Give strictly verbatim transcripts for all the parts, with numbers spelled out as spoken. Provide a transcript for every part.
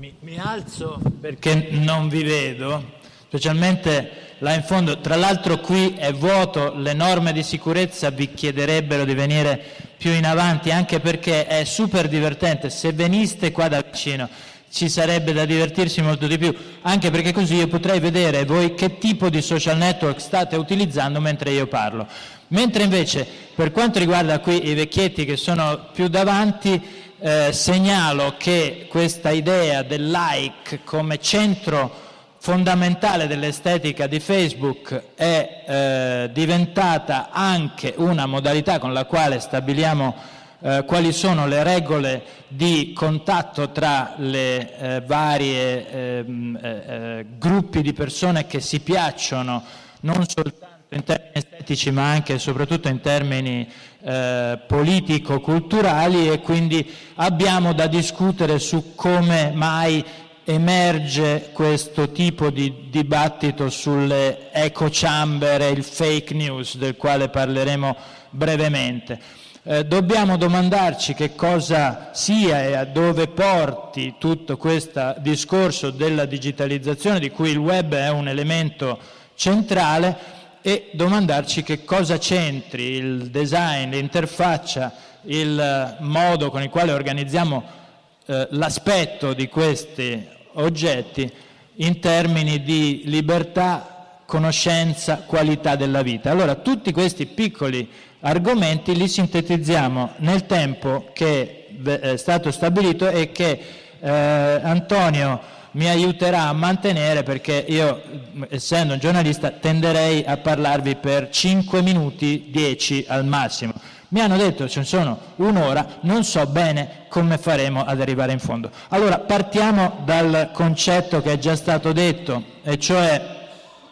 Mi, mi alzo perché non vi vedo, specialmente là in fondo. Tra l'altro qui è vuoto, le norme di sicurezza vi chiederebbero di venire più in avanti, anche perché è super divertente. Se veniste qua da vicino ci sarebbe da divertirsi molto di più, anche perché così io potrei vedere voi che tipo di social network state utilizzando mentre io parlo. Mentre invece per quanto riguarda qui i vecchietti che sono più davanti, Eh, segnalo che questa idea del like come centro fondamentale dell'estetica di Facebook è eh, diventata anche una modalità con la quale stabiliamo eh, quali sono le regole di contatto tra le eh, varie eh, eh, gruppi di persone che si piacciono, non soltanto in termini estetici ma anche e soprattutto in termini eh, politico-culturali, e quindi abbiamo da discutere su come mai emerge questo tipo di dibattito sulle echo chamber e il fake news, del quale parleremo brevemente. Eh, dobbiamo domandarci che cosa sia e a dove porti tutto questo discorso della digitalizzazione, di cui il web è un elemento centrale, e domandarci che cosa c'entri il design, l'interfaccia, il modo con il quale organizziamo eh, l'aspetto di questi oggetti in termini di libertà, conoscenza, qualità della vita. Allora, tutti questi piccoli argomenti li sintetizziamo nel tempo che è stato stabilito e che eh, Antonio mi aiuterà a mantenere, perché io, essendo un giornalista, tenderei a parlarvi per cinque minuti, dieci al massimo. Mi hanno detto che ce ne sono un'ora, non so bene come faremo ad arrivare in fondo. Allora, partiamo dal concetto che è già stato detto, e cioè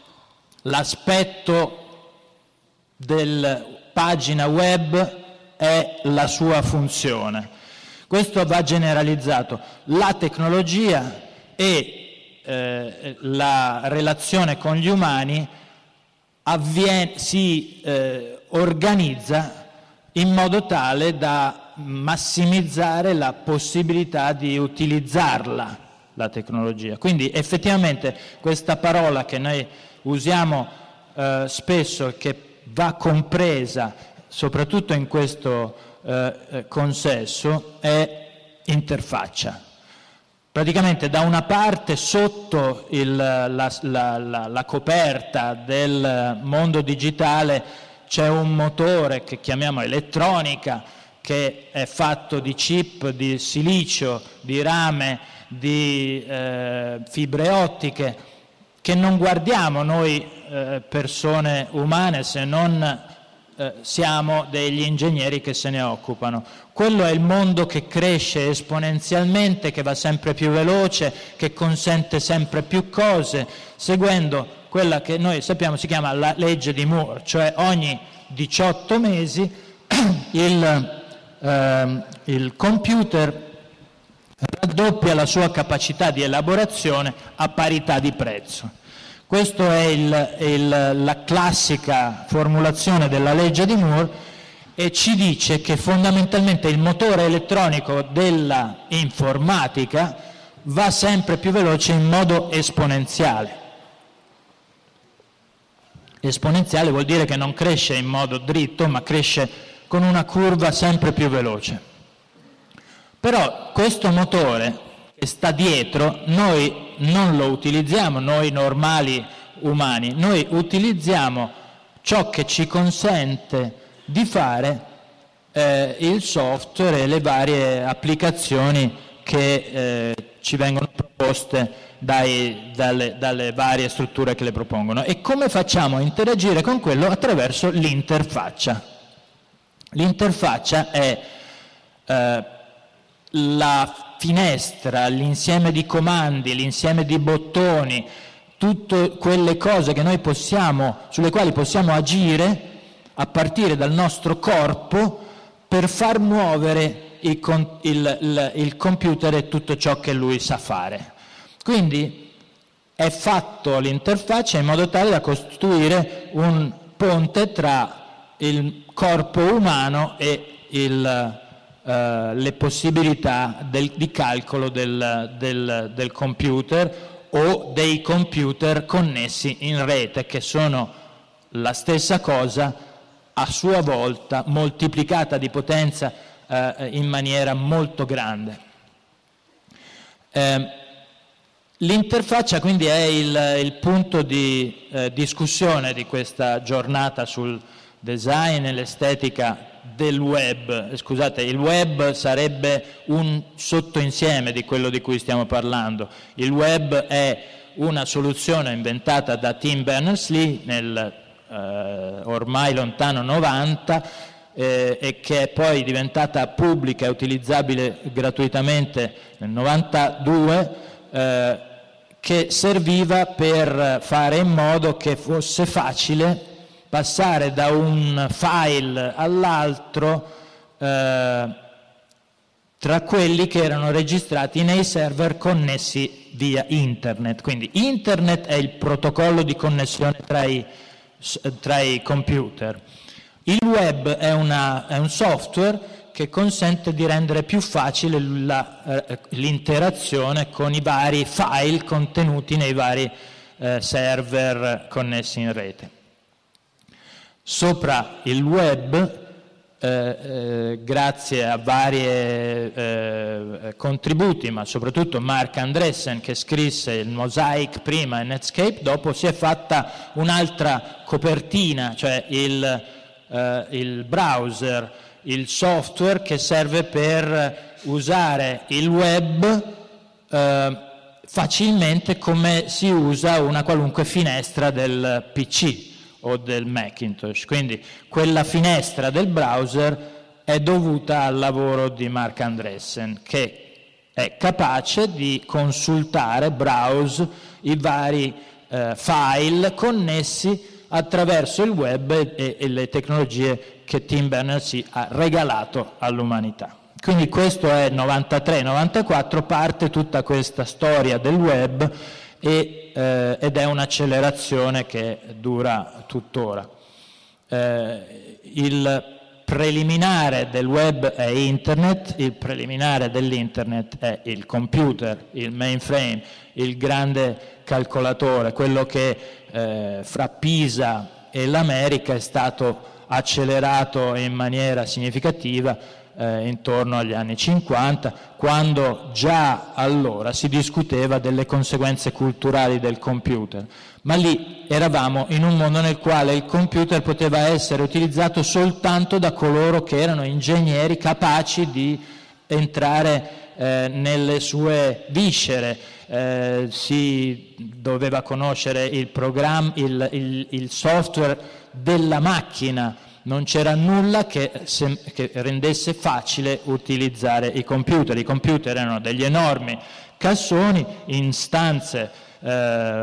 l'aspetto della pagina web è la sua funzione. Questo va generalizzato. La tecnologia e eh, la relazione con gli umani avviene, si eh, organizza in modo tale da massimizzare la possibilità di utilizzarla, la tecnologia. Quindi effettivamente questa parola che noi usiamo eh, spesso e che va compresa soprattutto in questo eh, consesso è interfaccia. Praticamente da una parte, sotto il, la, la, la, la coperta del mondo digitale, c'è un motore che chiamiamo elettronica, che è fatto di chip, di silicio, di rame, di eh, fibre ottiche, che non guardiamo noi eh, persone umane, se non eh, siamo degli ingegneri che se ne occupano. Quello è il mondo che cresce esponenzialmente, che va sempre più veloce, che consente sempre più cose, seguendo quella che noi sappiamo si chiama la legge di Moore, cioè ogni diciotto mesi il, eh, il computer raddoppia la sua capacità di elaborazione a parità di prezzo. Questa è il, il, la classica formulazione della legge di Moore, e ci dice che fondamentalmente il motore elettronico della informatica va sempre più veloce in modo esponenziale. Esponenziale vuol dire che non cresce in modo dritto, ma cresce con una curva sempre più veloce. Però questo motore che sta dietro noi non lo utilizziamo, noi normali umani, noi utilizziamo ciò che ci consente di fare eh, il software e le varie applicazioni che eh, ci vengono proposte dai, dalle, dalle varie strutture che le propongono. E come facciamo a interagire con quello? Attraverso l'interfaccia. L'interfaccia è eh, la finestra, l'insieme di comandi, l'insieme di bottoni, tutte quelle cose che noi possiamo, sulle quali possiamo agire a partire dal nostro corpo per far muovere il, il, il, il computer e tutto ciò che lui sa fare. Quindi è fatto l'interfaccia in modo tale da costruire un ponte tra il corpo umano e il, eh, le possibilità del, di calcolo del, del, del computer o dei computer connessi in rete, che sono la stessa cosa a sua volta moltiplicata di potenza eh, in maniera molto grande. Eh, L'interfaccia quindi è il, il punto di eh, discussione di questa giornata sul design e l'estetica del web. Scusate, il web sarebbe un sottoinsieme di quello di cui stiamo parlando. Il web è una soluzione inventata da Tim Berners-Lee nel eh, ormai lontano novanta eh, e che è poi diventata pubblica e utilizzabile gratuitamente nel novantadue, eh, che serviva per fare in modo che fosse facile passare da un file all'altro eh, tra quelli che erano registrati nei server connessi via internet. Quindi internet è il protocollo di connessione tra i, tra i computer. Il web è, una, è un software che consente di rendere più facile la, eh, l'interazione con i vari file contenuti nei vari eh, server connessi in rete. Sopra il web, eh, eh, grazie a vari eh, contributi, ma soprattutto Marc Andreessen, che scrisse il Mosaic prima e Netscape dopo, si è fatta un'altra copertina, cioè il, eh, il browser, il software che serve per usare il web eh, facilmente come si usa una qualunque finestra del P C o del Macintosh. Quindi quella finestra del browser è dovuta al lavoro di Marc Andreessen, che è capace di consultare, browse i vari eh, file connessi attraverso il web e, e le tecnologie che Tim Berners-Lee ha regalato all'umanità. Quindi questo è novantatré novantaquattro, parte tutta questa storia del web e, eh, ed è un'accelerazione che dura tuttora. Eh, il preliminare del web è internet, il preliminare dell'internet è il computer, il mainframe, il grande calcolatore, quello che eh, fra Pisa e l'America è stato accelerato in maniera significativa eh, intorno agli anni cinquanta, quando già allora si discuteva delle conseguenze culturali del computer. Ma lì eravamo in un mondo nel quale il computer poteva essere utilizzato soltanto da coloro che erano ingegneri capaci di entrare eh, nelle sue viscere. Eh, si doveva conoscere il programma, il, il, il software della macchina, non c'era nulla che, se, che rendesse facile utilizzare i computer. I computer erano degli enormi cassoni in stanze eh,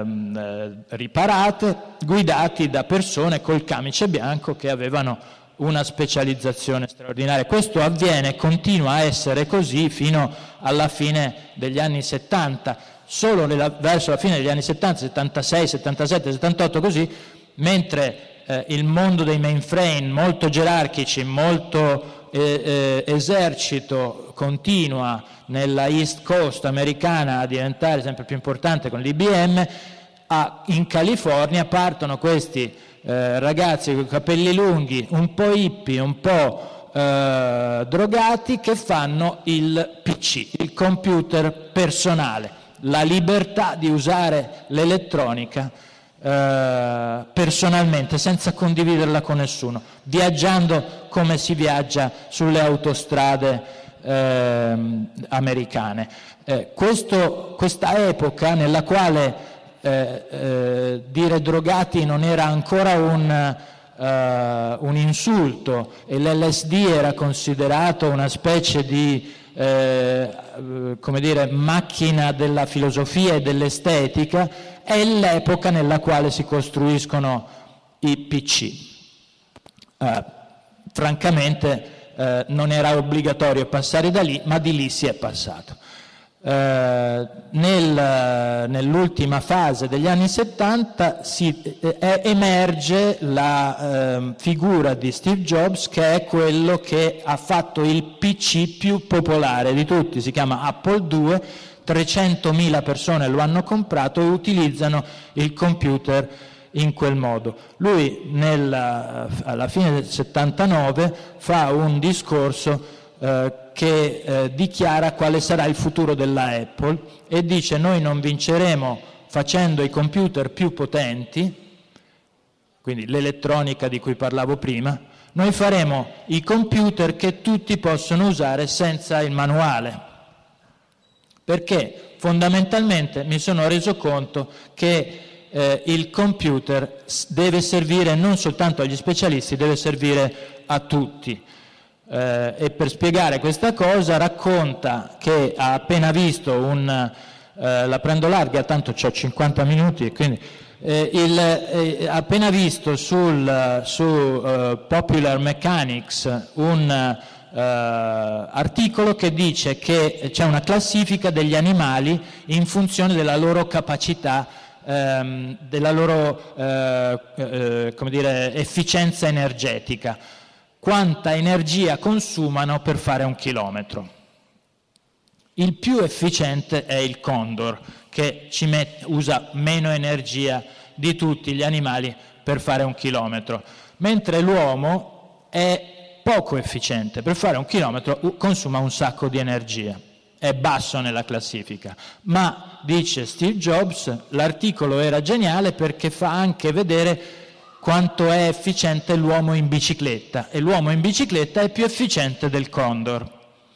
riparate, guidati da persone col camice bianco che avevano una specializzazione straordinaria. Questo avviene, continua a essere così fino alla fine degli anni settanta. Solo nella, verso la fine degli anni settanta, settantasei, settantasette, settantotto così, mentre eh, il mondo dei mainframe, molto gerarchici, molto eh, eh, esercito, continua nella East Coast americana a diventare sempre più importante con l'I B M, a, in California partono questi eh, ragazzi con i capelli lunghi, un po' hippie, un po' eh, drogati, che fanno il P C, il computer personale. La libertà di usare l'elettronica eh, personalmente, senza condividerla con nessuno, viaggiando come si viaggia sulle autostrade eh, americane. Eh, questo, questa epoca nella quale eh, eh, dire drogati non era ancora un, eh, un insulto e l'L S D era considerato una specie di Eh, come dire, macchina della filosofia e dell'estetica, è l'epoca nella quale si costruiscono i P C. Eh, francamente eh, non era obbligatorio passare da lì, ma di lì si è passato. eh, nel, nell'ultima fase degli anni settanta si, eh, emerge la eh, figura di Steve Jobs, che è quello che ha fatto il P C più popolare di tutti, si chiama Apple due, trecentomila persone lo hanno comprato e utilizzano il computer in quel modo. Lui nel, alla fine del settantanove fa un discorso eh, che eh, dichiara quale sarà il futuro della Apple e dice: noi non vinceremo facendo i computer più potenti, quindi l'elettronica di cui parlavo prima, noi faremo i computer che tutti possono usare senza il manuale, perché fondamentalmente mi sono reso conto che eh, il computer deve servire non soltanto agli specialisti, deve servire a tutti. Eh, e per spiegare questa cosa racconta che ha appena visto un, eh, la prendo larga, tanto ho cinquanta minuti, quindi eh, il, eh, ha appena visto sul, su uh, Popular Mechanics un uh, articolo che dice che c'è una classifica degli animali in funzione della loro capacità, ehm, della loro eh, eh, come dire, efficienza energetica, quanta energia consumano per fare un chilometro. Il più efficiente è il condor, che ci met- usa meno energia di tutti gli animali per fare un chilometro, mentre l'uomo è poco efficiente, per fare un chilometro consuma un sacco di energia, è basso nella classifica. Ma, dice Steve Jobs, l'articolo era geniale perché fa anche vedere quanto è efficiente l'uomo in bicicletta, e l'uomo in bicicletta è più efficiente del condor.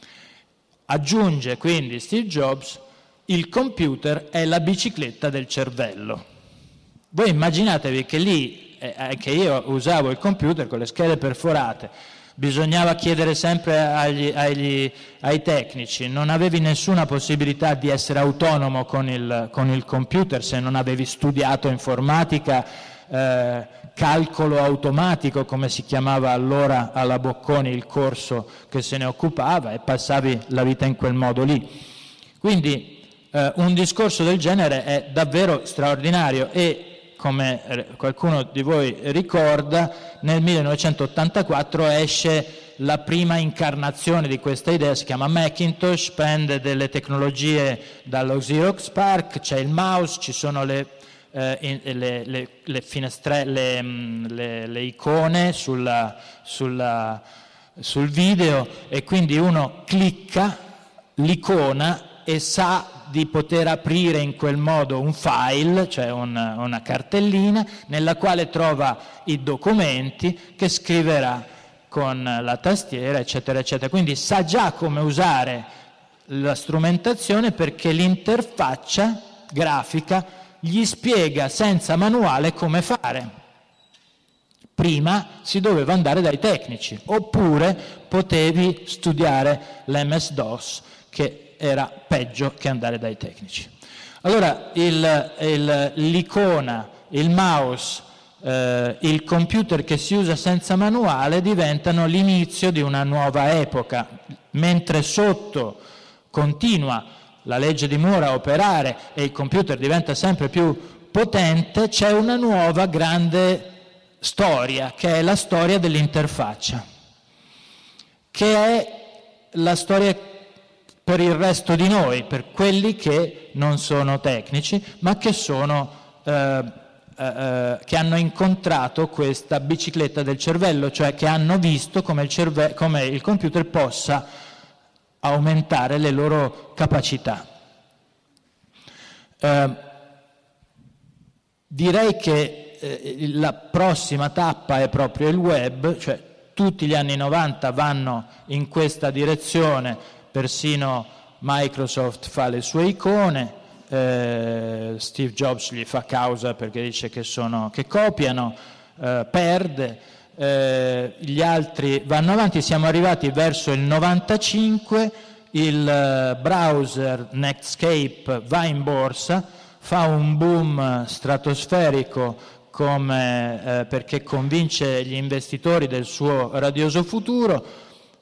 Aggiunge quindi Steve Jobs: il computer è la bicicletta del cervello. Voi immaginatevi che lì, eh, che io usavo il computer con le schede perforate, bisognava chiedere sempre agli, agli, ai tecnici, non avevi nessuna possibilità di essere autonomo con il, con il computer se non avevi studiato informatica, eh, calcolo automatico, come si chiamava allora alla Bocconi il corso che se ne occupava, e passavi la vita in quel modo lì. Quindi eh, un discorso del genere è davvero straordinario e, come qualcuno di voi ricorda, nel millenovecentottantaquattro esce la prima incarnazione di questa idea, si chiama Macintosh, prende delle tecnologie dallo Xerox PARC, c'è il mouse, ci sono le Eh, in, le, le, le finestrelle, le, le icone sulla, sulla, sul video, e quindi uno clicca l'icona e sa di poter aprire in quel modo un file, cioè un, una cartellina nella quale trova i documenti che scriverà con la tastiera, eccetera, eccetera. Quindi sa già come usare la strumentazione, perché l'interfaccia grafica gli spiega senza manuale come fare. Prima si doveva andare dai tecnici, oppure potevi studiare l'emme esse DOS, che era peggio che andare dai tecnici. Allora il, il, l'icona, il mouse, eh, il computer che si usa senza manuale diventano l'inizio di una nuova epoca, mentre sotto continua la legge di Moore a operare e il computer diventa sempre più potente, c'è una nuova grande storia, che è la storia dell'interfaccia, che è la storia per il resto di noi, per quelli che non sono tecnici, ma che sono eh, eh, che hanno incontrato questa bicicletta del cervello, cioè che hanno visto come il, cerve- come il computer possa aumentare le loro capacità. Eh, direi che eh, la prossima tappa è proprio il web, cioè tutti gli anni novanta vanno in questa direzione, persino Microsoft fa le sue icone, eh, Steve Jobs gli fa causa perché dice che, sono, che copiano, eh, perde, Eh, gli altri vanno avanti. Siamo arrivati verso il novantacinque, il eh, browser Netscape va in borsa, fa un boom stratosferico come, eh, perché convince gli investitori del suo radioso futuro,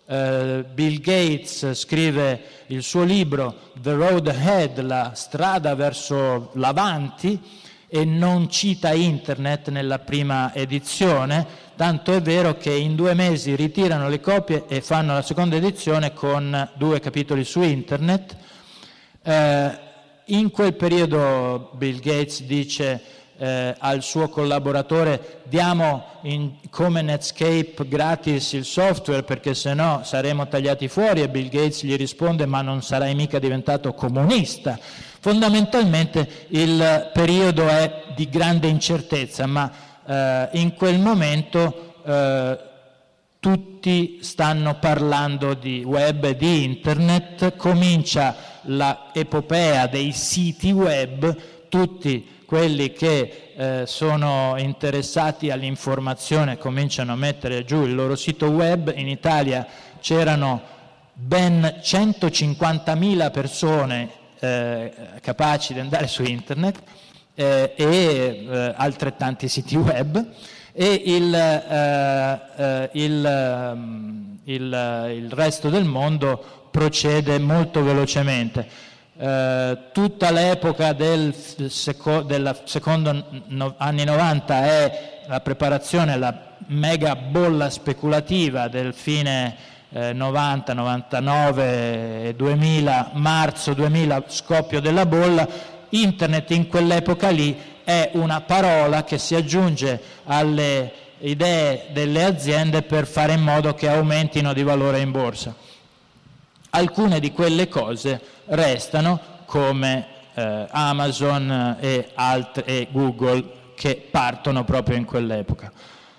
eh, Bill Gates scrive il suo libro The Road Ahead, la strada verso l'avanti, e non cita internet nella prima edizione, tanto è vero che in due mesi ritirano le copie e fanno la seconda edizione con due capitoli su internet. Eh, in quel periodo Bill Gates dice eh, al suo collaboratore: diamo in, come Netscape gratis il software perché sennò saremo tagliati fuori, e Bill Gates gli risponde: ma non sarai mica diventato comunista. Fondamentalmente il periodo è di grande incertezza, ma eh, in quel momento eh, tutti stanno parlando di web e di internet, comincia la epopea dei siti web, tutti quelli che eh, sono interessati all'informazione cominciano a mettere giù il loro sito web. In Italia c'erano ben centocinquantamila persone eh, capaci di andare su internet eh, e eh, altrettanti siti web, e il, eh, eh, il, il, il resto del mondo procede molto velocemente. Uh, tutta l'epoca del seco- della secondo no- anni novanta è la preparazione alla mega bolla speculativa del fine eh, novanta, novantanove, duemila, marzo duemila, scoppio della bolla. Internet in quell'epoca lì è una parola che si aggiunge alle idee delle aziende per fare in modo che aumentino di valore in borsa. Alcune di quelle cose restano, come eh, Amazon e, alt- e Google, che partono proprio in quell'epoca.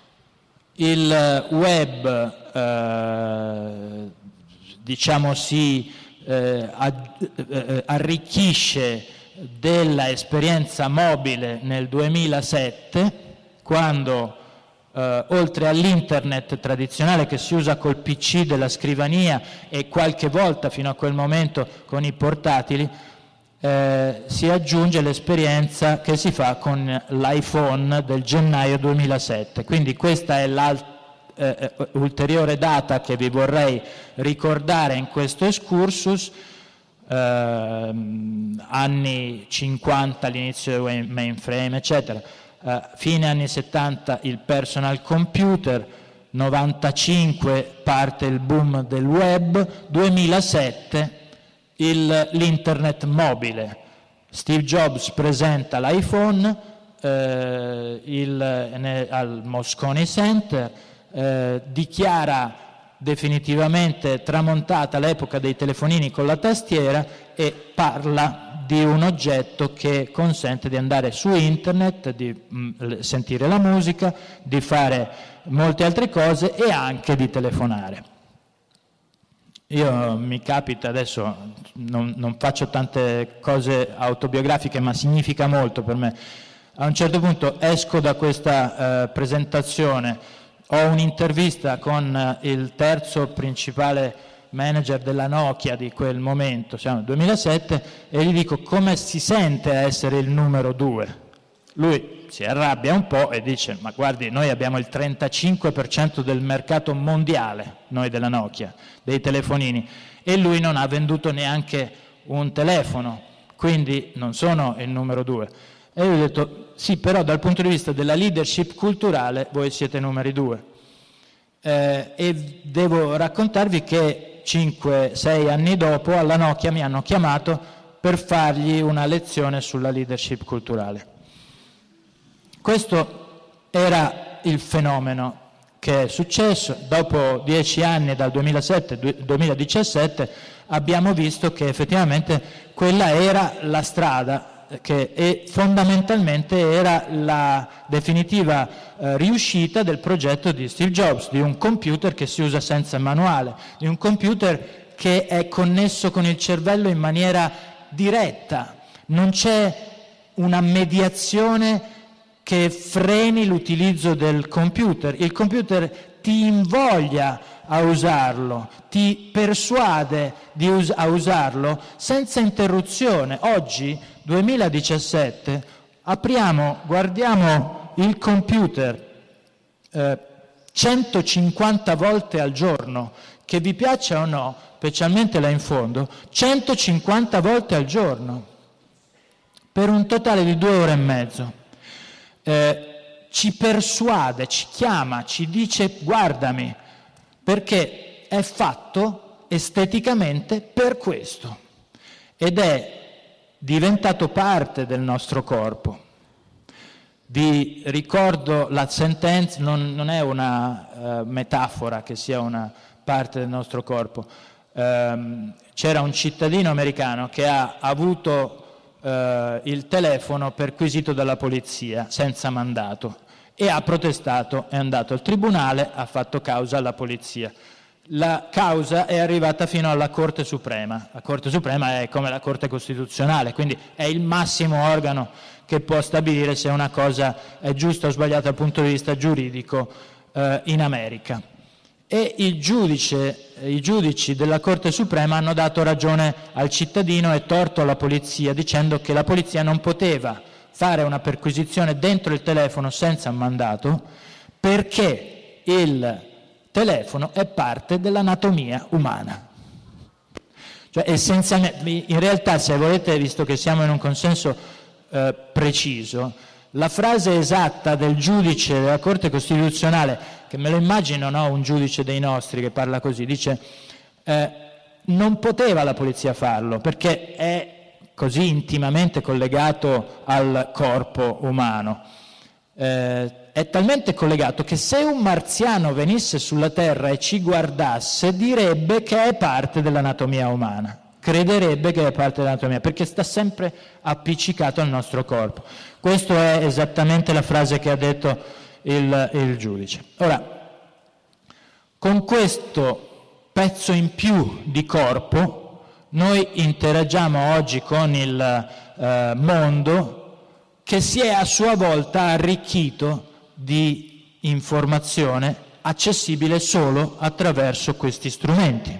Il web, eh, diciamo, si eh, ad- arricchisce della esperienza mobile nel duemilasette, quando Uh, oltre all'internet tradizionale che si usa col P C della scrivania e qualche volta fino a quel momento con i portatili, eh, si aggiunge l'esperienza che si fa con l'iPhone del gennaio duemilasette. Quindi questa è l'ulteriore eh, data che vi vorrei ricordare in questo excursus. Eh, anni cinquanta, l'inizio del mainframe, eccetera. Uh, fine anni settanta il personal computer, novantacinque parte il boom del web, duemilasette il, l'internet mobile. Steve Jobs presenta l'iPhone eh, il, ne, al Moscone Center, eh, dichiara definitivamente tramontata l'epoca dei telefonini con la tastiera e parla di un oggetto che consente di andare su internet, di mh, sentire la musica, di fare molte altre cose e anche di telefonare. Io mi capita adesso, non, non faccio tante cose autobiografiche, ma significa molto per me. A un certo punto esco da questa eh, presentazione, ho un'intervista con eh, il terzo principale manager della Nokia di quel momento, siamo nel duemilasette, e gli dico: come si sente a essere il numero due? Lui si arrabbia un po' e dice: ma guardi, noi abbiamo il trentacinque per cento del mercato mondiale, noi della Nokia, dei telefonini, e lui non ha venduto neanche un telefono, quindi non sono il numero due. E io gli ho detto: sì, però dal punto di vista della leadership culturale voi siete numeri due. Eh, e devo raccontarvi che cinque sei anni dopo alla Nokia mi hanno chiamato per fargli una lezione sulla leadership culturale. Questo era il fenomeno che è successo. Dopo dieci anni, dal duemilasette al duemiladiciassette, abbiamo visto che effettivamente quella era la strada che e fondamentalmente era la definitiva eh, riuscita del progetto di Steve Jobs, di un computer che si usa senza manuale, di un computer che è connesso con il cervello in maniera diretta, non c'è una mediazione che freni l'utilizzo del computer. Il computer ti invoglia a usarlo, ti persuade di us- a usarlo senza interruzione. Oggi, duemiladiciassette, apriamo, guardiamo il computer eh, centocinquanta volte al giorno, che vi piaccia o no, specialmente là in fondo, centocinquanta volte al giorno, per un totale di due ore e mezzo. Eh, ci persuade, ci chiama, ci dice guardami, perché è fatto esteticamente per questo ed è diventato parte del nostro corpo. Vi ricordo la sentenza, non, non è una uh, metafora che sia una parte del nostro corpo. Um, c'era un cittadino americano che ha avuto Uh, il telefono perquisito dalla polizia senza mandato e ha protestato, è andato al tribunale, ha fatto causa alla polizia. La causa è arrivata fino alla Corte Suprema. La Corte Suprema è come la Corte Costituzionale, quindi è il massimo organo che può stabilire se una cosa è giusta o sbagliata dal punto di vista giuridico uh, in America. E il giudice, i giudici della Corte Suprema hanno dato ragione al cittadino e torto alla polizia, dicendo che la polizia non poteva fare una perquisizione dentro il telefono senza mandato perché il telefono è parte dell'anatomia umana. Cioè, essenzialmente, in realtà, se volete, visto che siamo in un consenso eh, preciso, la frase esatta del giudice della Corte Costituzionale, che me lo immagino, no, un giudice dei nostri che parla così, dice eh, non poteva la polizia farlo perché è così intimamente collegato al corpo umano. Eh, è talmente collegato che se un marziano venisse sulla Terra e ci guardasse direbbe che è parte dell'anatomia umana. Crederebbe che è parte dell'anatomia, perché sta sempre appiccicato al nostro corpo. Questa è esattamente la frase che ha detto il, il giudice. Ora, con questo pezzo in più di corpo, noi interagiamo oggi con il eh, mondo che si è a sua volta arricchito di informazione accessibile solo attraverso questi strumenti.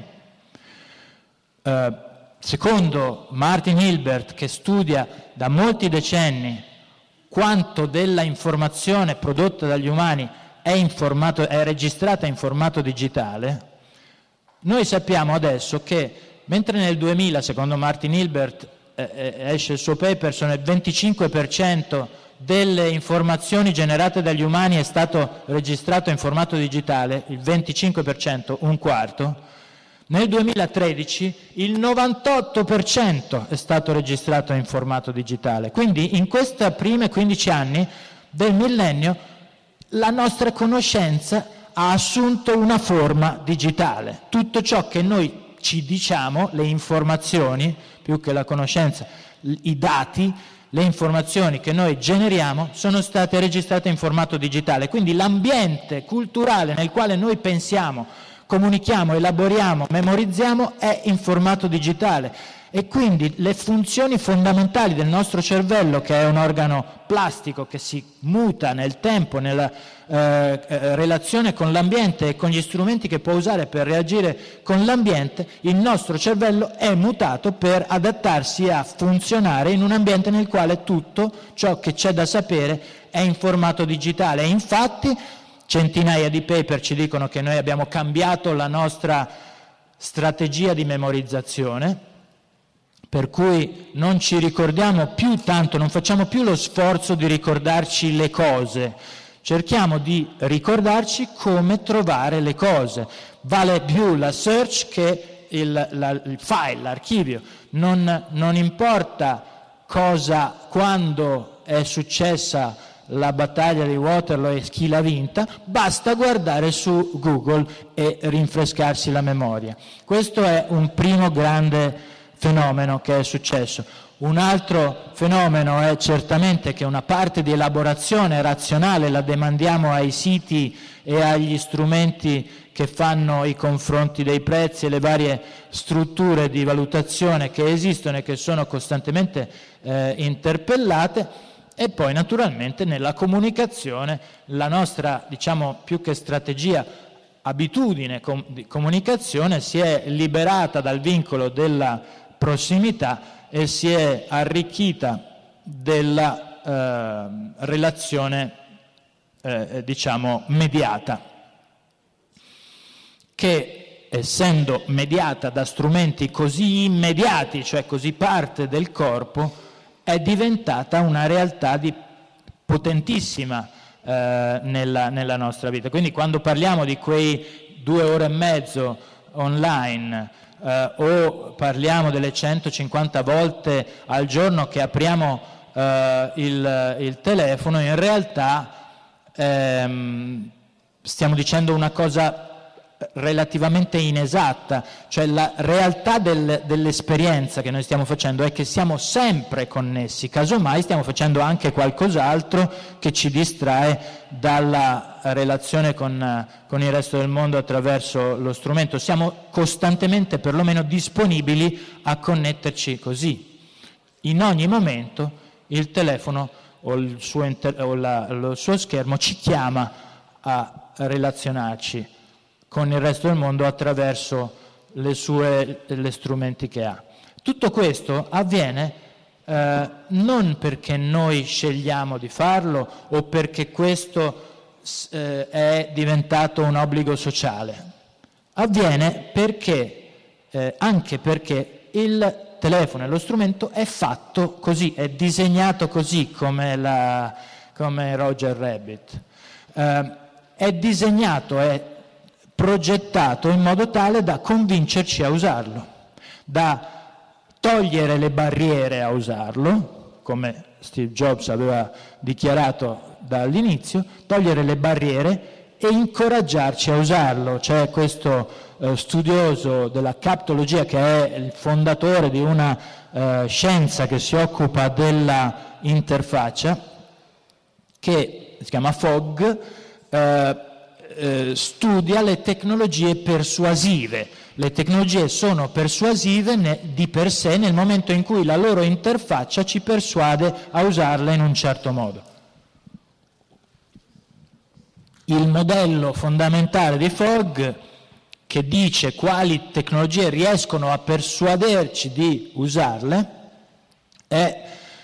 Eh, Secondo Martin Hilbert, che studia da molti decenni quanto della informazione prodotta dagli umani è, informato, è registrata in formato digitale, noi sappiamo adesso che, mentre nel duemila, secondo Martin Hilbert, eh, esce il suo paper, sono il venticinque per cento delle informazioni generate dagli umani è stato registrato in formato digitale, il venticinque per cento, un quarto, nel duemilatredici il novantotto per cento è stato registrato in formato digitale. Quindi in questi primi quindici anni del millennio la nostra conoscenza ha assunto una forma digitale. Tutto ciò che noi ci diciamo, le informazioni, più che la conoscenza, i dati, le informazioni che noi generiamo sono state registrate in formato digitale. Quindi l'ambiente culturale nel quale noi pensiamo, comunichiamo, elaboriamo, memorizziamo è in formato digitale e quindi le funzioni fondamentali del nostro cervello, che è un organo plastico che si muta nel tempo, nella eh, relazione con l'ambiente e con gli strumenti che può usare per reagire con l'ambiente, il nostro cervello è mutato per adattarsi a funzionare in un ambiente nel quale tutto ciò che c'è da sapere è in formato digitale. E infatti centinaia di paper ci dicono che noi abbiamo cambiato la nostra strategia di memorizzazione, per cui non ci ricordiamo più tanto, non facciamo più lo sforzo di ricordarci le cose, cerchiamo di ricordarci come trovare le cose. Vale più la search che il, la, il file, l'archivio. Non, non importa cosa, quando è successa la battaglia di Waterloo e chi l'ha vinta, basta guardare su Google e rinfrescarsi la memoria. Questo è un primo grande fenomeno che è successo. Un altro fenomeno è certamente che una parte di elaborazione razionale la demandiamo ai siti e agli strumenti che fanno i confronti dei prezzi e le varie strutture di valutazione che esistono e che sono costantemente eh, interpellate. E poi naturalmente nella comunicazione la nostra, diciamo, più che strategia, abitudine com- di comunicazione si è liberata dal vincolo della prossimità e si è arricchita della eh, relazione, eh, diciamo, mediata, che essendo mediata da strumenti così immediati, cioè così parte del corpo, è diventata una realtà di potentissima eh, nella, nella nostra vita. Quindi quando parliamo di quei due ore e mezzo online eh, o parliamo delle centocinquanta volte al giorno che apriamo eh, il, il telefono, in realtà ehm, stiamo dicendo una cosa relativamente inesatta, cioè la realtà del, dell'esperienza che noi stiamo facendo è che siamo sempre connessi, casomai stiamo facendo anche qualcos'altro che ci distrae dalla relazione con, con il resto del mondo attraverso lo strumento. Siamo costantemente perlomeno disponibili a connetterci così. In ogni momento il telefono o il suo, inter- o la, lo suo schermo ci chiama a relazionarci con il resto del mondo attraverso le sue le strumenti che ha. Tutto questo avviene eh, non perché noi scegliamo di farlo o perché questo eh, è diventato un obbligo sociale. Avviene perché, eh, anche perché il telefono e lo strumento è fatto così, è disegnato così come, la, come Roger Rabbit. Eh, è disegnato, è progettato in modo tale da convincerci a usarlo, da togliere le barriere a usarlo, come Steve Jobs aveva dichiarato dall'inizio, togliere le barriere e incoraggiarci a usarlo. C'è questo eh, studioso della captologia che è il fondatore di una eh, scienza che si occupa della interfaccia, che si chiama Fogg, eh, Eh, studia le tecnologie persuasive. Le tecnologie sono persuasive ne, di per sé nel momento in cui la loro interfaccia ci persuade a usarle in un certo modo. Il modello fondamentale di Fogg, che dice quali tecnologie riescono a persuaderci di usarle, è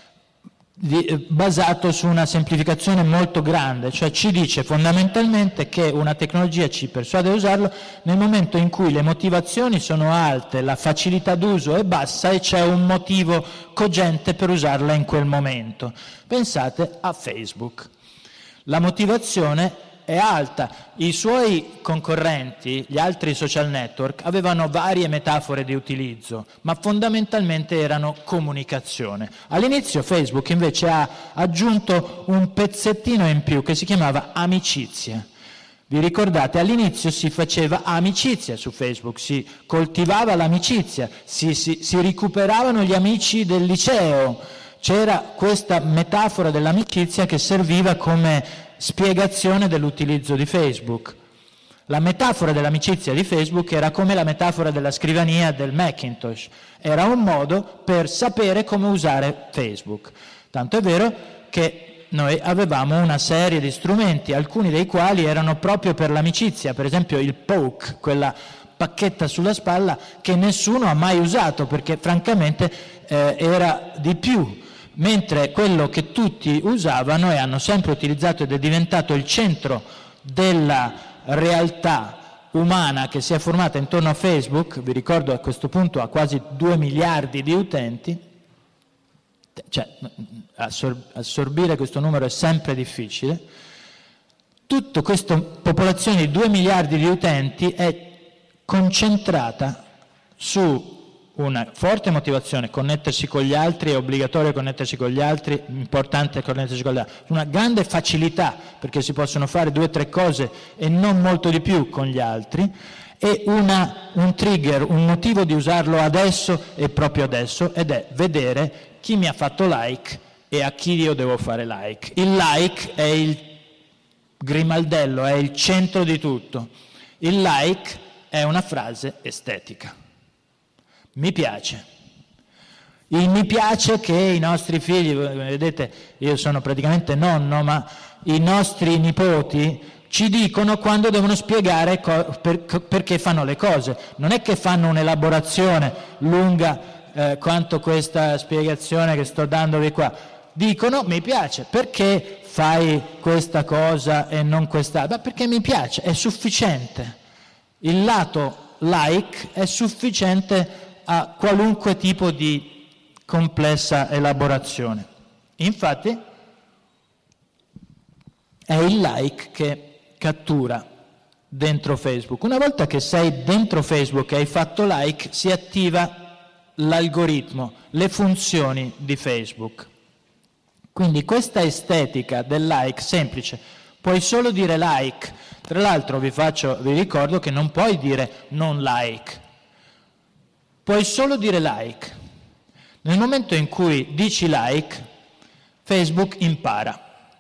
Di, basato su una semplificazione molto grande, cioè ci dice fondamentalmente che una tecnologia ci persuade a usarlo nel momento in cui le motivazioni sono alte, la facilità d'uso è bassa e c'è un motivo cogente per usarla in quel momento. Pensate a Facebook. La motivazione è alta. I suoi concorrenti, gli altri social network, avevano varie metafore di utilizzo, ma fondamentalmente erano comunicazione. All'inizio Facebook invece ha aggiunto un pezzettino in più che si chiamava amicizia. Vi ricordate? All'inizio si faceva amicizia su Facebook, si coltivava l'amicizia, si, si, si recuperavano gli amici del liceo. C'era questa metafora dell'amicizia che serviva come spiegazione dell'utilizzo di Facebook. La metafora dell'amicizia di Facebook era come la metafora della scrivania del Macintosh, era un modo per sapere come usare Facebook. Tanto è vero che noi avevamo una serie di strumenti, alcuni dei quali erano proprio per l'amicizia, per esempio il poke, quella pacchetta sulla spalla che nessuno ha mai usato perché francamente eh, era di più. Mentre quello che tutti usavano e hanno sempre utilizzato ed è diventato il centro della realtà umana che si è formata intorno a Facebook, vi ricordo a questo punto ha quasi due miliardi di utenti, cioè assor- assorbire questo numero è sempre difficile, tutta questa popolazione di due miliardi di utenti è concentrata su una forte motivazione, connettersi con gli altri, è obbligatorio connettersi con gli altri, importante connettersi con gli altri, una grande facilità perché si possono fare due o tre cose e non molto di più con gli altri, e una, un trigger, un motivo di usarlo adesso e proprio adesso, ed è vedere chi mi ha fatto like e a chi io devo fare like. Il like è il grimaldello, è il centro di tutto. Il like è una frase estetica. Mi piace. Il mi piace che i nostri figli, vedete, io sono praticamente nonno, ma i nostri nipoti ci dicono quando devono spiegare co- per, perché fanno le cose. Non è che fanno un'elaborazione lunga eh, quanto questa spiegazione che sto dandovi qua. Dicono mi piace, perché fai questa cosa e non quest'altra? Perché mi piace, è sufficiente. Il lato like è sufficiente a qualunque tipo di complessa elaborazione. Infatti è il like che cattura dentro Facebook. Una volta che sei dentro Facebook e hai fatto like, si attiva l'algoritmo, le funzioni di Facebook. Quindi questa estetica del like semplice, puoi solo dire like. Tra l'altro vi faccio, vi ricordo che non puoi dire non like, puoi solo dire like. Nel momento in cui dici like, Facebook impara.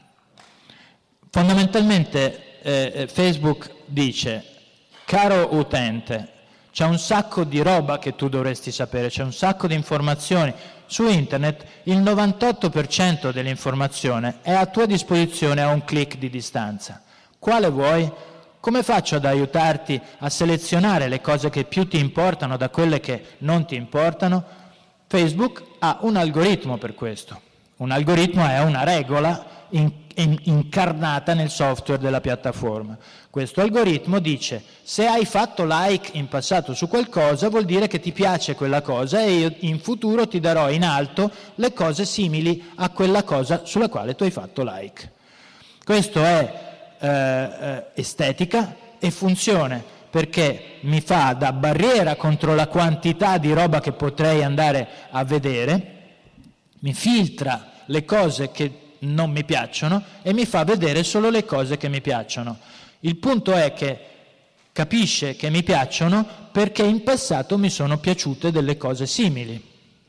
Fondamentalmente eh, Facebook dice: caro utente, c'è un sacco di roba che tu dovresti sapere, c'è un sacco di informazioni. Su internet il novantotto per cento dell'informazione è a tua disposizione a un click di distanza. Quale vuoi? Come faccio ad aiutarti a selezionare le cose che più ti importano da quelle che non ti importano? Facebook ha un algoritmo per questo. Un algoritmo è una regola in, in, incarnata nel software della piattaforma. Questo algoritmo dice: se hai fatto like in passato su qualcosa, vuol dire che ti piace quella cosa e io in futuro ti darò in alto le cose simili a quella cosa sulla quale tu hai fatto like. Questo è eh, estetica e funzione, perché mi fa da barriera contro la quantità di roba che potrei andare a vedere, mi filtra le cose che non mi piacciono e mi fa vedere solo le cose che mi piacciono. Il punto è che capisce che mi piacciono perché in passato mi sono piaciute delle cose simili.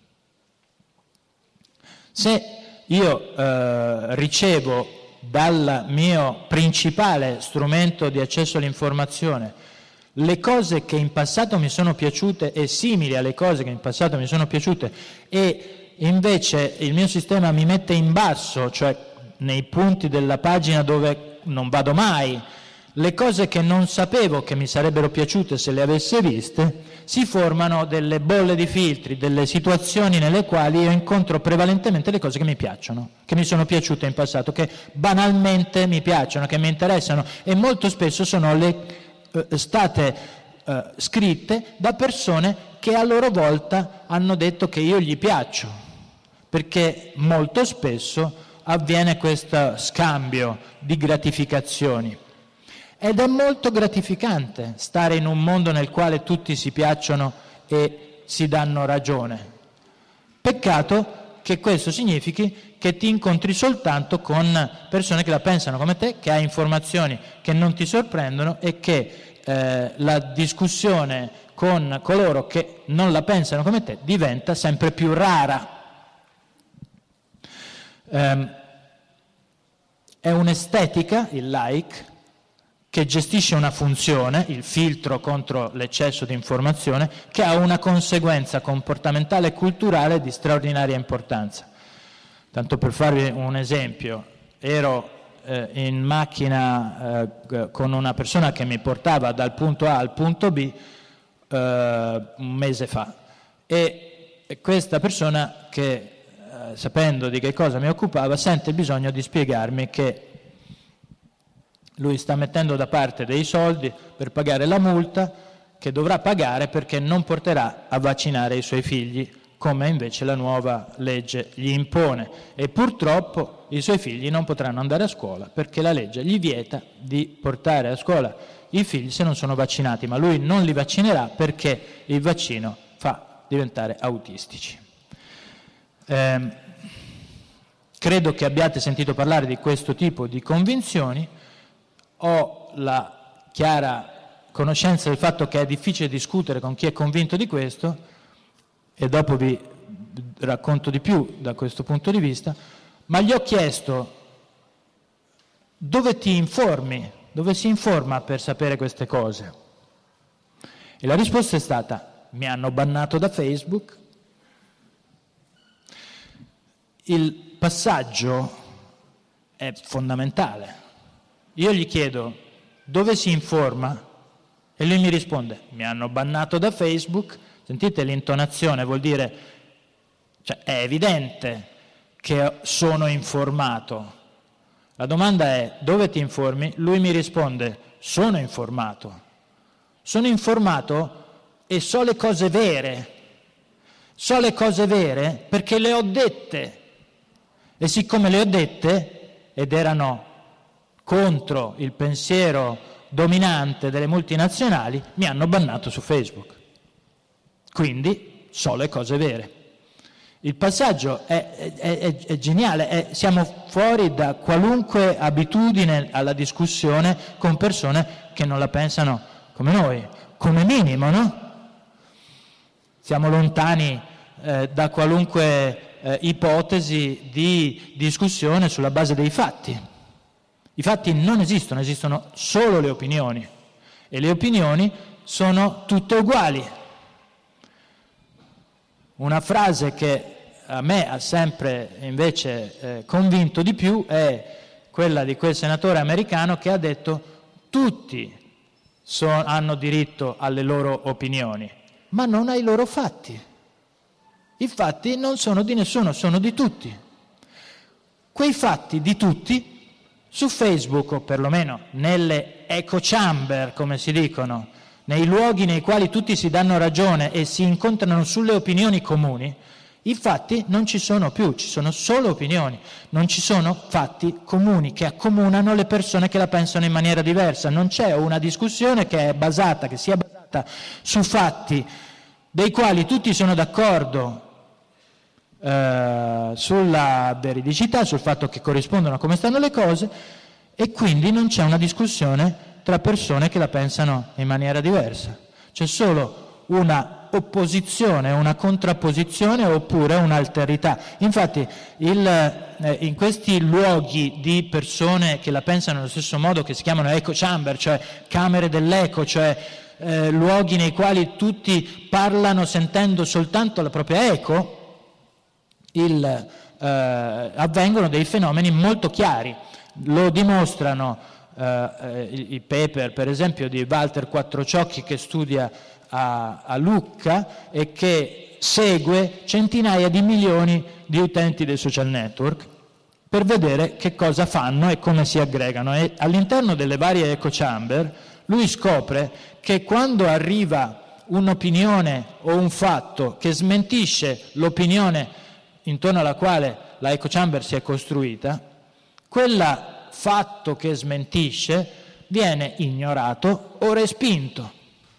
Se io eh, ricevo dal mio principale strumento di accesso all'informazione le cose che in passato mi sono piaciute e simili alle cose che in passato mi sono piaciute, e invece il mio sistema mi mette in basso, cioè nei punti della pagina dove non vado mai, le cose che non sapevo che mi sarebbero piaciute se le avesse viste, si formano delle bolle di filtri, delle situazioni nelle quali io incontro prevalentemente le cose che mi piacciono, che mi sono piaciute in passato, che banalmente mi piacciono, che mi interessano, e molto spesso sono le eh, state eh, scritte da persone che a loro volta hanno detto che io gli piaccio, perché molto spesso avviene questo scambio di gratificazioni. Ed è molto gratificante stare in un mondo nel quale tutti si piacciono e si danno ragione. Peccato che questo significhi che ti incontri soltanto con persone che la pensano come te, che hai informazioni che non ti sorprendono e che eh, la discussione con coloro che non la pensano come te diventa sempre più rara. Um, è un'estetica, il like, che gestisce una funzione, il filtro contro l'eccesso di informazione, che ha una conseguenza comportamentale e culturale di straordinaria importanza. Tanto per farvi un esempio, ero eh, in macchina eh, con una persona che mi portava dal punto A al punto B eh, un mese fa, e questa persona, che eh, sapendo di che cosa mi occupava, sente il bisogno di spiegarmi che lui sta mettendo da parte dei soldi per pagare la multa che dovrà pagare perché non porterà a vaccinare i suoi figli, come invece la nuova legge gli impone, e purtroppo i suoi figli non potranno andare a scuola perché la legge gli vieta di portare a scuola i figli se non sono vaccinati, ma lui non li vaccinerà perché il vaccino fa diventare autistici. Eh, credo che abbiate sentito parlare di questo tipo di convinzioni. Ho la chiara conoscenza del fatto che è difficile discutere con chi è convinto di questo, e dopo vi racconto di più da questo punto di vista, ma gli ho chiesto: dove ti informi, dove si informa per sapere queste cose? E la risposta è stata: mi hanno bannato da Facebook. Il passaggio è fondamentale. Io gli chiedo: dove si informa? E lui mi risponde: mi hanno bannato da Facebook. Sentite l'intonazione, vuol dire, cioè è evidente che sono informato. La domanda è: dove ti informi? Lui mi risponde: sono informato. sono informato e so le cose vere. So le cose vere perché le ho dette. E siccome le ho dette, ed erano contro il pensiero dominante delle multinazionali, mi hanno bannato su Facebook. Quindi so le cose vere. Il passaggio è, è, è, è geniale, è, siamo fuori da qualunque abitudine alla discussione con persone che non la pensano come noi, come minimo, no? Siamo lontani eh, da qualunque eh, ipotesi di discussione sulla base dei fatti. I fatti non esistono, esistono solo le opinioni e le opinioni sono tutte uguali. Una frase che a me ha sempre invece eh, convinto di più è quella di quel senatore americano che ha detto: tutti so- hanno diritto alle loro opinioni, ma non ai loro fatti. I fatti non sono di nessuno, sono di tutti. Quei fatti di tutti su Facebook, o perlomeno nelle echo chamber, come si dicono, nei luoghi nei quali tutti si danno ragione e si incontrano sulle opinioni comuni, i fatti non ci sono più, ci sono solo opinioni, non ci sono fatti comuni che accomunano le persone che la pensano in maniera diversa. Non c'è una discussione che è basata, che sia basata su fatti dei quali tutti sono d'accordo eh, sulla veridicità, sul fatto che corrispondono a come stanno le cose, e quindi non c'è una discussione tra persone che la pensano in maniera diversa. C'è solo una opposizione, una contrapposizione oppure un'alterità. Infatti il, eh, in questi luoghi di persone che la pensano allo stesso modo, che si chiamano echo chamber, cioè camere dell'eco, cioè eh, luoghi nei quali tutti parlano sentendo soltanto la propria eco, il, eh, avvengono dei fenomeni molto chiari. Lo dimostrano Uh, i, i paper, per esempio, di Walter Quattrociocchi, che studia a, a Lucca e che segue centinaia di milioni di utenti dei social network per vedere che cosa fanno e come si aggregano. E all'interno delle varie echo chamber lui scopre che quando arriva un'opinione o un fatto che smentisce l'opinione intorno alla quale la echo chamber si è costruita, quella fatto che smentisce viene ignorato o respinto.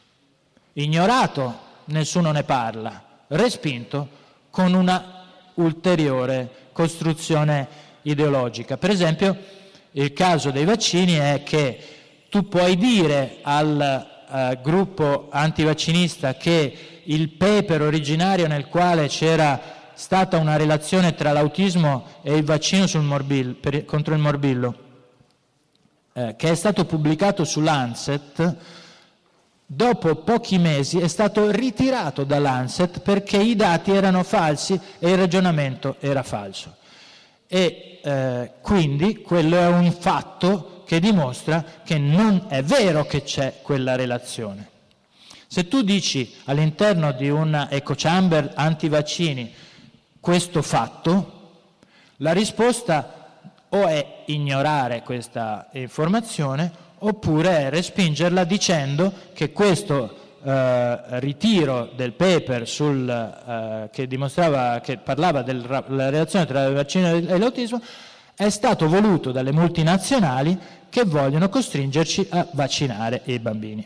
Ignorato, nessuno ne parla, respinto con una ulteriore costruzione ideologica. Per esempio, il caso dei vaccini è che tu puoi dire al uh, gruppo antivaccinista che il paper originario nel quale c'era stata una relazione tra l'autismo e il vaccino sul morbillo, per, contro il morbillo, eh, che è stato pubblicato su Lancet, dopo pochi mesi è stato ritirato da Lancet perché i dati erano falsi e il ragionamento era falso. E eh, quindi quello è un fatto che dimostra che non è vero che c'è quella relazione. Se tu dici all'interno di una echo chamber antivaccini questo fatto, la risposta o è ignorare questa informazione oppure è respingerla dicendo che questo eh, ritiro del paper sul, eh, che dimostrava, che parlava della relazione tra il vaccino e l'autismo è stato voluto dalle multinazionali che vogliono costringerci a vaccinare i bambini.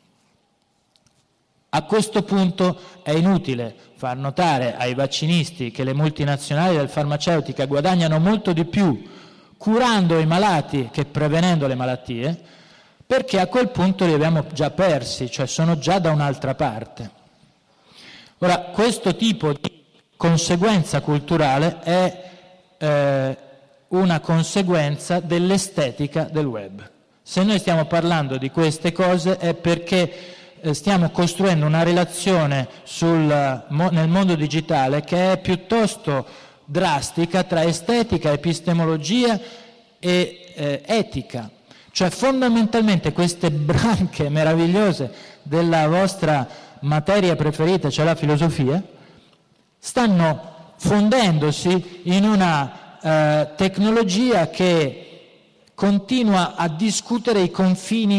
A questo punto è inutile far notare ai vaccinisti che le multinazionali del farmaceutica guadagnano molto di più curando i malati che prevenendo le malattie, perché a quel punto li abbiamo già persi, cioè sono già da un'altra parte. Ora, questo tipo di conseguenza culturale è eh, una conseguenza dell'estetica del web. Se noi stiamo parlando di queste cose è perché stiamo costruendo una relazione sul, nel mondo digitale che è piuttosto drastica tra estetica, epistemologia e eh, etica. Cioè fondamentalmente queste branche meravigliose della vostra materia preferita, cioè la filosofia, stanno fondendosi in una eh, tecnologia che continua a discutere i confini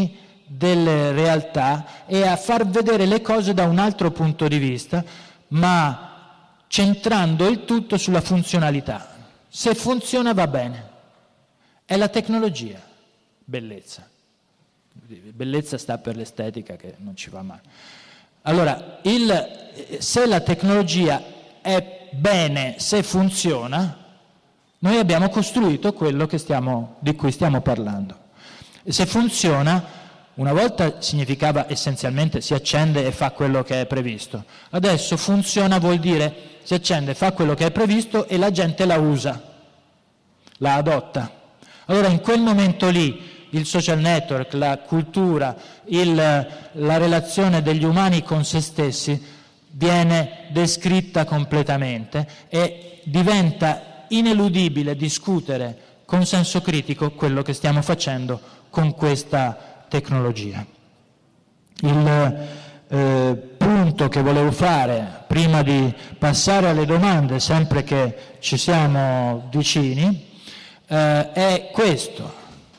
delle realtà e a far vedere le cose da un altro punto di vista, ma centrando il tutto sulla funzionalità. Se funziona va bene. È la tecnologia. Bellezza. Bellezza sta per l'estetica che non ci va male. Allora, il, se la tecnologia è bene, se funziona, noi abbiamo costruito quello che stiamo, di cui stiamo parlando. Se funziona, una volta significava essenzialmente si accende e fa quello che è previsto. Adesso funziona vuol dire si accende, fa quello che è previsto e la gente la usa, la adotta. Allora in quel momento lì il social network, la cultura, il, la relazione degli umani con se stessi viene descritta completamente e diventa ineludibile discutere con senso critico quello che stiamo facendo con questa tecnologia. Il eh, punto che volevo fare prima di passare alle domande, sempre che ci siamo vicini, eh, è questo.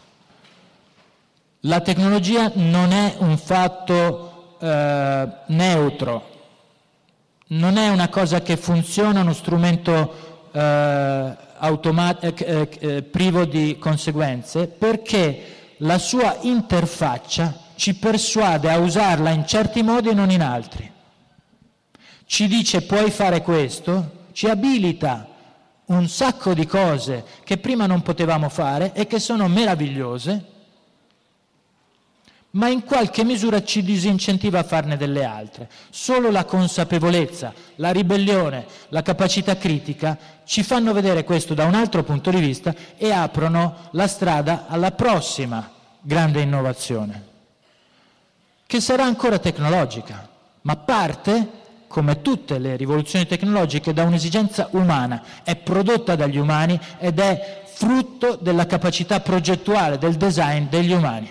La tecnologia non è un fatto eh, neutro, non è una cosa che funziona, uno strumento eh, automat- eh, eh, privo di conseguenze, perché la sua interfaccia ci persuade a usarla in certi modi e non in altri. Ci dice puoi fare questo, ci abilita un sacco di cose che prima non potevamo fare e che sono meravigliose, ma in qualche misura ci disincentiva a farne delle altre. Solo la consapevolezza, la ribellione, la capacità critica ci fanno vedere questo da un altro punto di vista e aprono la strada alla prossima grande innovazione, che sarà ancora tecnologica, ma parte, come tutte le rivoluzioni tecnologiche, da un'esigenza umana, è prodotta dagli umani ed è frutto della capacità progettuale, del design degli umani.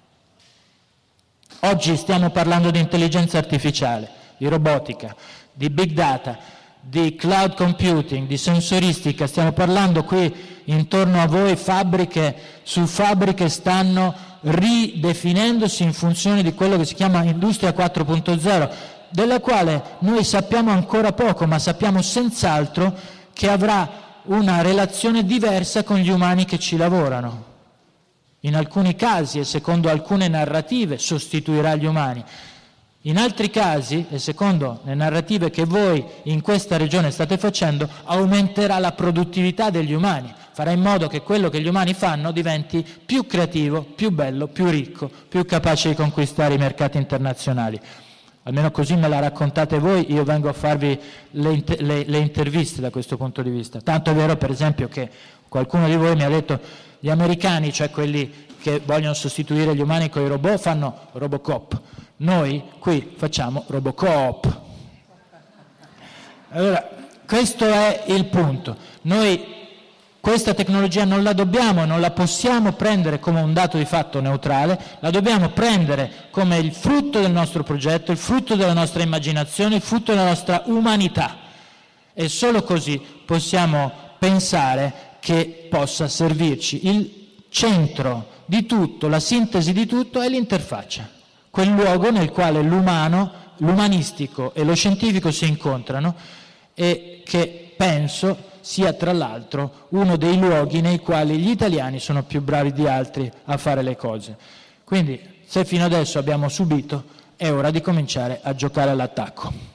Oggi stiamo parlando di intelligenza artificiale, di robotica, di big data, di cloud computing, di sensoristica, stiamo parlando qui intorno a voi, fabbriche su fabbriche stanno ridefinendosi in funzione di quello che si chiama industria quattro punto zero, della quale noi sappiamo ancora poco, ma sappiamo senz'altro che avrà una relazione diversa con gli umani che ci lavorano. In alcuni casi e secondo alcune narrative sostituirà gli umani. In altri casi, e secondo le narrative che voi in questa regione state facendo, aumenterà la produttività degli umani, farà in modo che quello che gli umani fanno diventi più creativo, più bello, più ricco, più capace di conquistare i mercati internazionali. Almeno così me la raccontate voi, io vengo a farvi le, le, le interviste da questo punto di vista. Tanto è vero, per esempio, che qualcuno di voi mi ha detto gli americani, cioè quelli che vogliono sostituire gli umani con i robot, fanno Robocop. Noi qui facciamo Robocoop. Allora, questo è il punto. Noi questa tecnologia non la dobbiamo, non la possiamo prendere come un dato di fatto neutrale, la dobbiamo prendere come il frutto del nostro progetto, il frutto della nostra immaginazione, il frutto della nostra umanità. E solo così possiamo pensare che possa servirci. Il centro di tutto, la sintesi di tutto è l'interfaccia, quel luogo nel quale l'umano, l'umanistico e lo scientifico si incontrano e che penso sia tra l'altro uno dei luoghi nei quali gli italiani sono più bravi di altri a fare le cose. Quindi se fino adesso abbiamo subito, è ora di cominciare a giocare all'attacco.